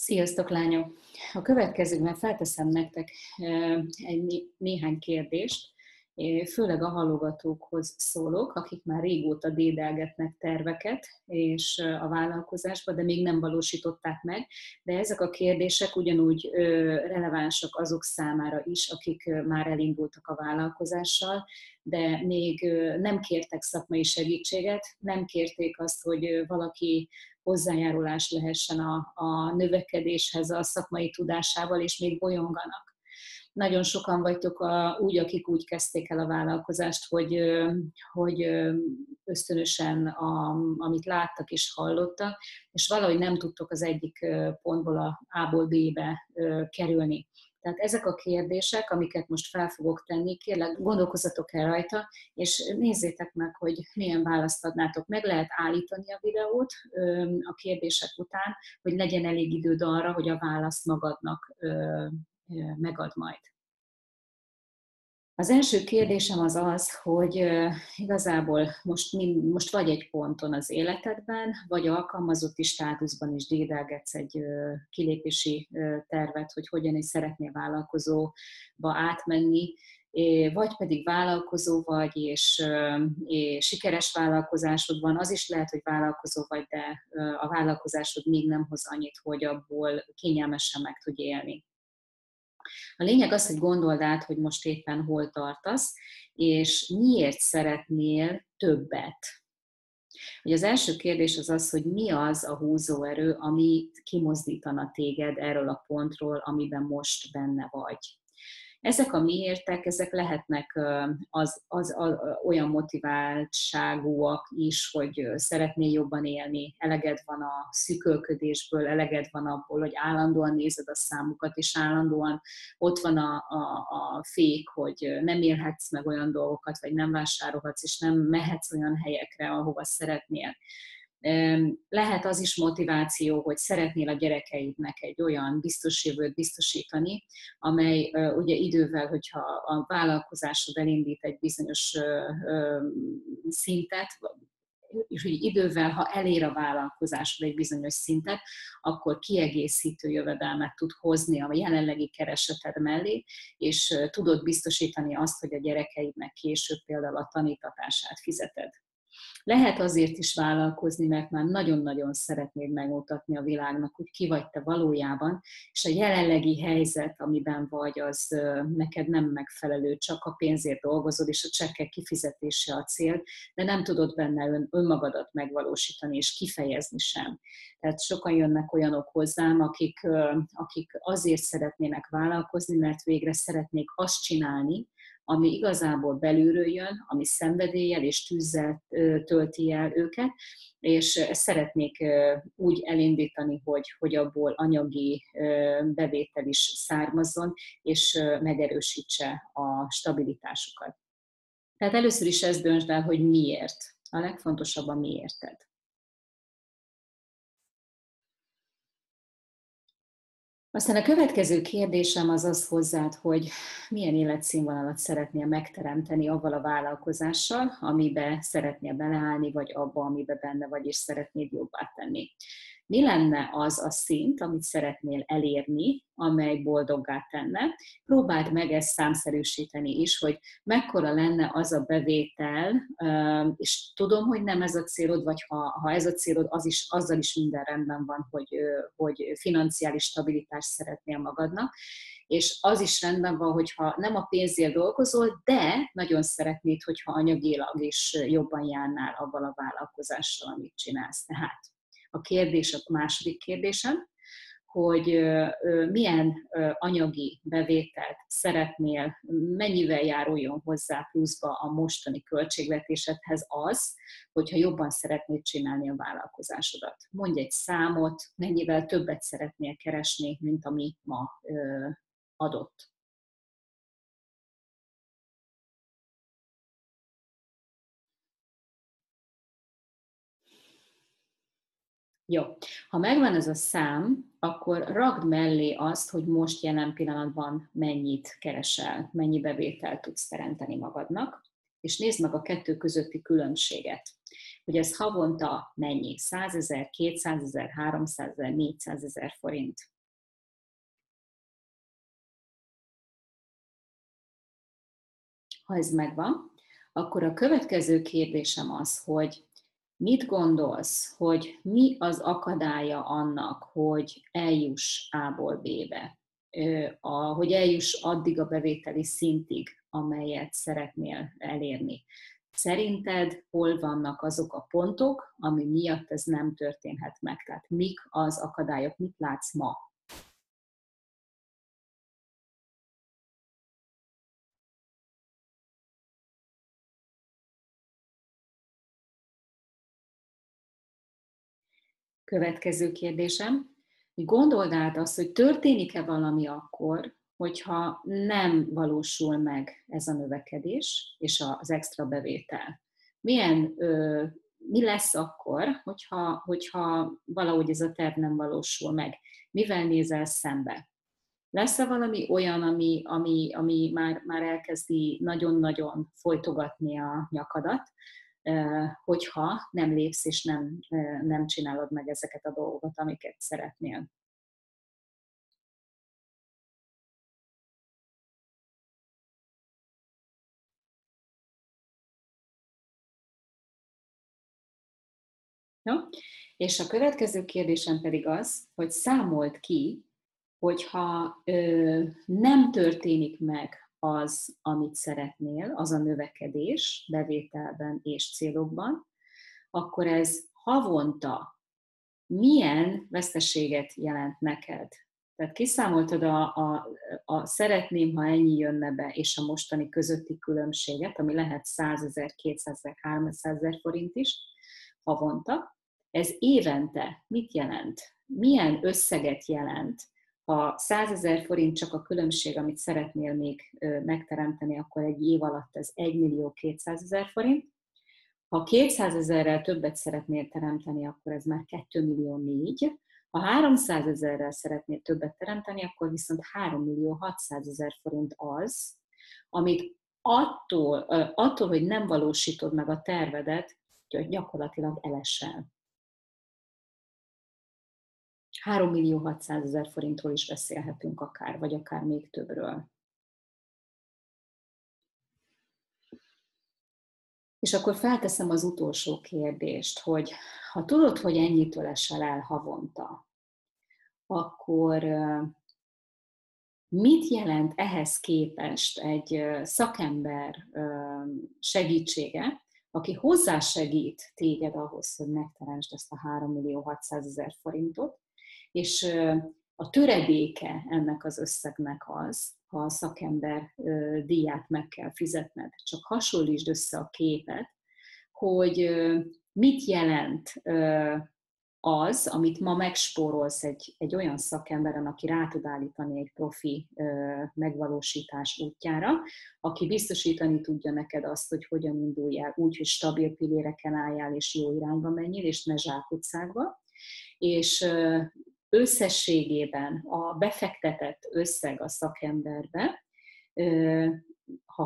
Sziasztok, lányok! A következőkben felteszem nektek néhány kérdést, főleg a halogatókhoz szólok, akik már régóta dédelgetnek terveket és a vállalkozásba, de még nem valósították meg. De ezek a kérdések ugyanúgy relevánsak azok számára is, akik már elindultak a vállalkozással, de még nem kértek szakmai segítséget, nem kérték azt, hogy valaki hozzájárulás lehessen a növekedéshez a szakmai tudásával, és még bolyonganak. Nagyon sokan vagytok akik úgy kezdték el a vállalkozást, hogy ösztönösen, amit láttak és hallottak, és valahogy nem tudtok az egyik pontból a A-ból B-be kerülni. Tehát ezek a kérdések, amiket most fel fogok tenni, kérlek, gondolkozzatok el rajta, és nézzétek meg, hogy milyen választ adnátok. Meg lehet állítani a videót a kérdések után, hogy legyen elég időd arra, hogy a választ magadnak megad majd. Az első kérdésem az az, hogy igazából most vagy egy ponton az életedben, vagy alkalmazotti státuszban is dédelgetsz egy kilépési tervet, hogy hogyan is szeretnél vállalkozóba átmenni, vagy pedig vállalkozó vagy, és sikeres vállalkozásod van, az is lehet, hogy vállalkozó vagy, de a vállalkozásod még nem hoz annyit, hogy abból kényelmesen meg tudj élni. A lényeg az, hogy gondold át, hogy most éppen hol tartasz, és miért szeretnél többet. Ugye az első kérdés az az, hogy mi az a húzóerő, ami kimozdítana téged erről a pontról, amiben most benne vagy. Ezek a miértek, ezek lehetnek olyan motiváltságúak is, hogy szeretnél jobban élni, eleged van a szűkölködésből, eleged van abból, hogy állandóan nézed a számokat, és állandóan ott van a fék, hogy nem élhetsz meg olyan dolgokat, vagy nem vásárolhatsz, és nem mehetsz olyan helyekre, ahova szeretnél. Lehet az is motiváció, hogy szeretnél a gyerekeidnek egy olyan biztos jövőt biztosítani, amely ugye idővel, hogyha a vállalkozásod elindít egy bizonyos szintet, és hogy idővel, ha elér a vállalkozásod egy bizonyos szintet, akkor kiegészítő jövedelmet tud hozni a jelenlegi kereseted mellé, és tudod biztosítani azt, hogy a gyerekeidnek később például a tanítatását fizeted. Lehet azért is vállalkozni, mert már nagyon-nagyon szeretnéd megmutatni a világnak, hogy ki vagy te valójában, és a jelenlegi helyzet, amiben vagy, az neked nem megfelelő, csak a pénzért dolgozod, és a csekkek kifizetése a cél, de nem tudod benne önmagadat megvalósítani, és kifejezni sem. Tehát sokan jönnek olyanok hozzám, akik azért szeretnének vállalkozni, mert végre szeretnék azt csinálni, ami igazából belülről jön, ami szenvedéllyel és tűzzel tölti el őket, és ezt szeretnék úgy elindítani, hogy abból anyagi bevétel is származzon, és megerősítse a stabilitásukat. Tehát először is ezt döntsd el, hogy miért. A legfontosabb a miérted. Aztán a következő kérdésem az az hozzád, hogy milyen életszínvonalat szeretnél megteremteni avval a vállalkozással, amibe szeretnél beleállni, vagy abba, amiben benne vagy, és szeretnéd jobbá tenni. Mi lenne az a szint, amit szeretnél elérni, amely boldoggá tenne? Próbáld meg ezt számszerűsíteni is, hogy mekkora lenne az a bevétel, és tudom, hogy nem ez a célod, vagy ha ez a célod, azzal is minden rendben van, hogy financiális stabilitást szeretnél magadnak, és az is rendben van, hogyha nem a pénzért dolgozol, de nagyon szeretnéd, hogyha anyagilag is jobban járnál avval a vállalkozással, amit csinálsz. Tehát a második kérdésem, hogy milyen anyagi bevételt szeretnél, mennyivel járuljon hozzá pluszba a mostani költségvetésedhez az, hogyha jobban szeretnéd csinálni a vállalkozásodat. Mondj egy számot, mennyivel többet szeretnél keresni, mint ami ma adott. Jó. Ha megvan ez a szám, akkor ragd mellé azt, hogy most jelen pillanatban mennyit keresel, mennyi bevételt tudsz teremteni magadnak, és nézd meg a kettő közötti különbséget. Hogy ez havonta mennyi? 100 000, 200 000, 300 000, 400 000 forint. Ha ez megvan, akkor a következő kérdésem az, hogy mit gondolsz, hogy mi az akadálya annak, hogy eljuss A-ból B-be? Hogy eljuss addig a bevételi szintig, amelyet szeretnél elérni. Szerinted hol vannak azok a pontok, ami miatt ez nem történhet meg? Tehát mik az akadályok, mit látsz ma? Következő kérdésem. Gondold át azt, hogy történik-e valami akkor, hogyha nem valósul meg ez a növekedés és az extra bevétel. Mi lesz akkor, hogyha valahogy ez a terv nem valósul meg? Mivel nézel szembe? Lesz-e valami olyan, ami már elkezdi nagyon-nagyon folytogatni a nyakadat, hogyha nem lépsz és nem csinálod meg ezeket a dolgokat, amiket szeretnél? Jó? És a következő kérdésem pedig az, hogy számold ki, hogyha nem történik meg az, amit szeretnél, az a növekedés bevételben és célokban, akkor ez havonta milyen veszteséget jelent neked? Tehát kiszámoltad a szeretném, ha ennyi jönne be, és a mostani közötti különbséget, ami lehet 100 000, 200 000, 300 000 forint is havonta. Ez évente mit jelent? Milyen összeget jelent? Ha 100 000 forint csak a különbség, amit szeretnél még megteremteni, akkor egy év alatt ez 1 200 000 forint. Ha 200 000-rel többet szeretnél teremteni, akkor ez már 2 400 000. Ha 300 000-rel szeretnél többet teremteni, akkor viszont 3 600 000 forint az, amit attól, hogy nem valósítod meg a tervedet, gyakorlatilag elesel. 3 600 000 forintról is beszélhetünk akár, vagy akár még többről. És akkor felteszem az utolsó kérdést, hogy ha tudod, hogy ennyitől esel el havonta, akkor mit jelent ehhez képest egy szakember segítsége, aki hozzásegít téged ahhoz, hogy megteremtsd ezt a 3 600 000 forintot, és a töredéke ennek az összegnek az, ha a szakember díját meg kell fizetned. Csak hasonlítsd össze a képet, hogy mit jelent az, amit ma megspórolsz egy olyan szakemberen, aki rá tud állítani egy profi megvalósítás útjára, aki biztosítani tudja neked azt, hogy hogyan indulj el úgy, hogy stabil pilléreken álljál és jó irányba menjél, és ne zsákutcákba. És összességében a befektetett összeg a szakemberbe, ha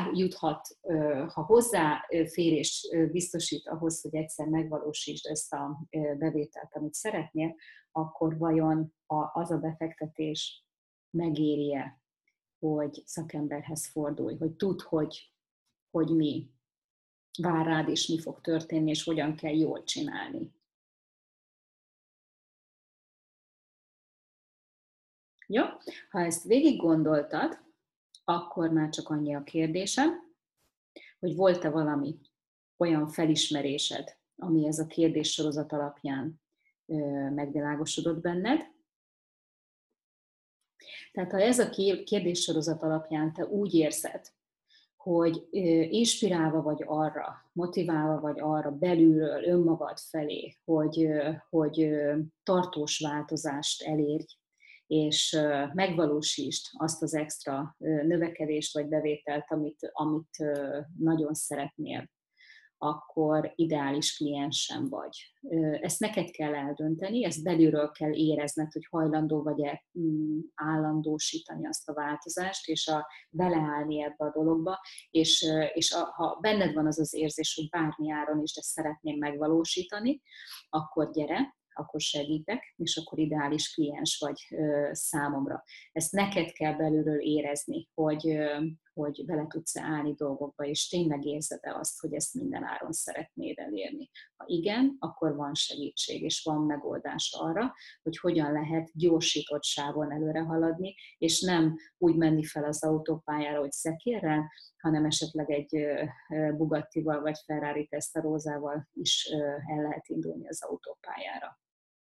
hozzáférést biztosít ahhoz, hogy egyszer megvalósítsd ezt a bevételt, amit szeretnél, akkor vajon az a befektetés megéri-e, hogy szakemberhez fordulj, hogy tudd, hogy mi vár rád, és mi fog történni, és hogyan kell jól csinálni. Jó? Ha ezt végig gondoltad, akkor már csak annyi a kérdésem, hogy volt-e valami olyan felismerésed, ami ez a kérdéssorozat alapján megvilágosodott benned. Tehát ha ez a kérdéssorozat alapján te úgy érzed, hogy inspirálva vagy arra, motiválva vagy arra belülről, önmagad felé, hogy tartós változást elérj, és megvalósítsd azt az extra növekedést vagy bevételt, amit nagyon szeretnél, akkor ideális kliensem vagy. Ezt neked kell eldönteni, ezt belülről kell érezned, hogy hajlandó vagy-e állandósítani azt a változást, és beleállni ebbe a dologba, és ha benned van az az érzés, hogy bármi áron is ezt szeretném megvalósítani, akkor gyere, akkor segítek, és akkor ideális kliens vagy számomra. Ezt neked kell belülről érezni, hogy hogy bele tudsz-e állni dolgokba, és tényleg érzed-e azt, hogy ezt minden áron szeretnéd elérni. Ha igen, akkor van segítség, és van megoldás arra, hogy hogyan lehet gyorsított sávon előre haladni, és nem úgy menni fel az autópályára, hogy szekérrel, hanem esetleg egy Bugattival vagy Ferrari Testarózával is el lehet indulni az autópályára.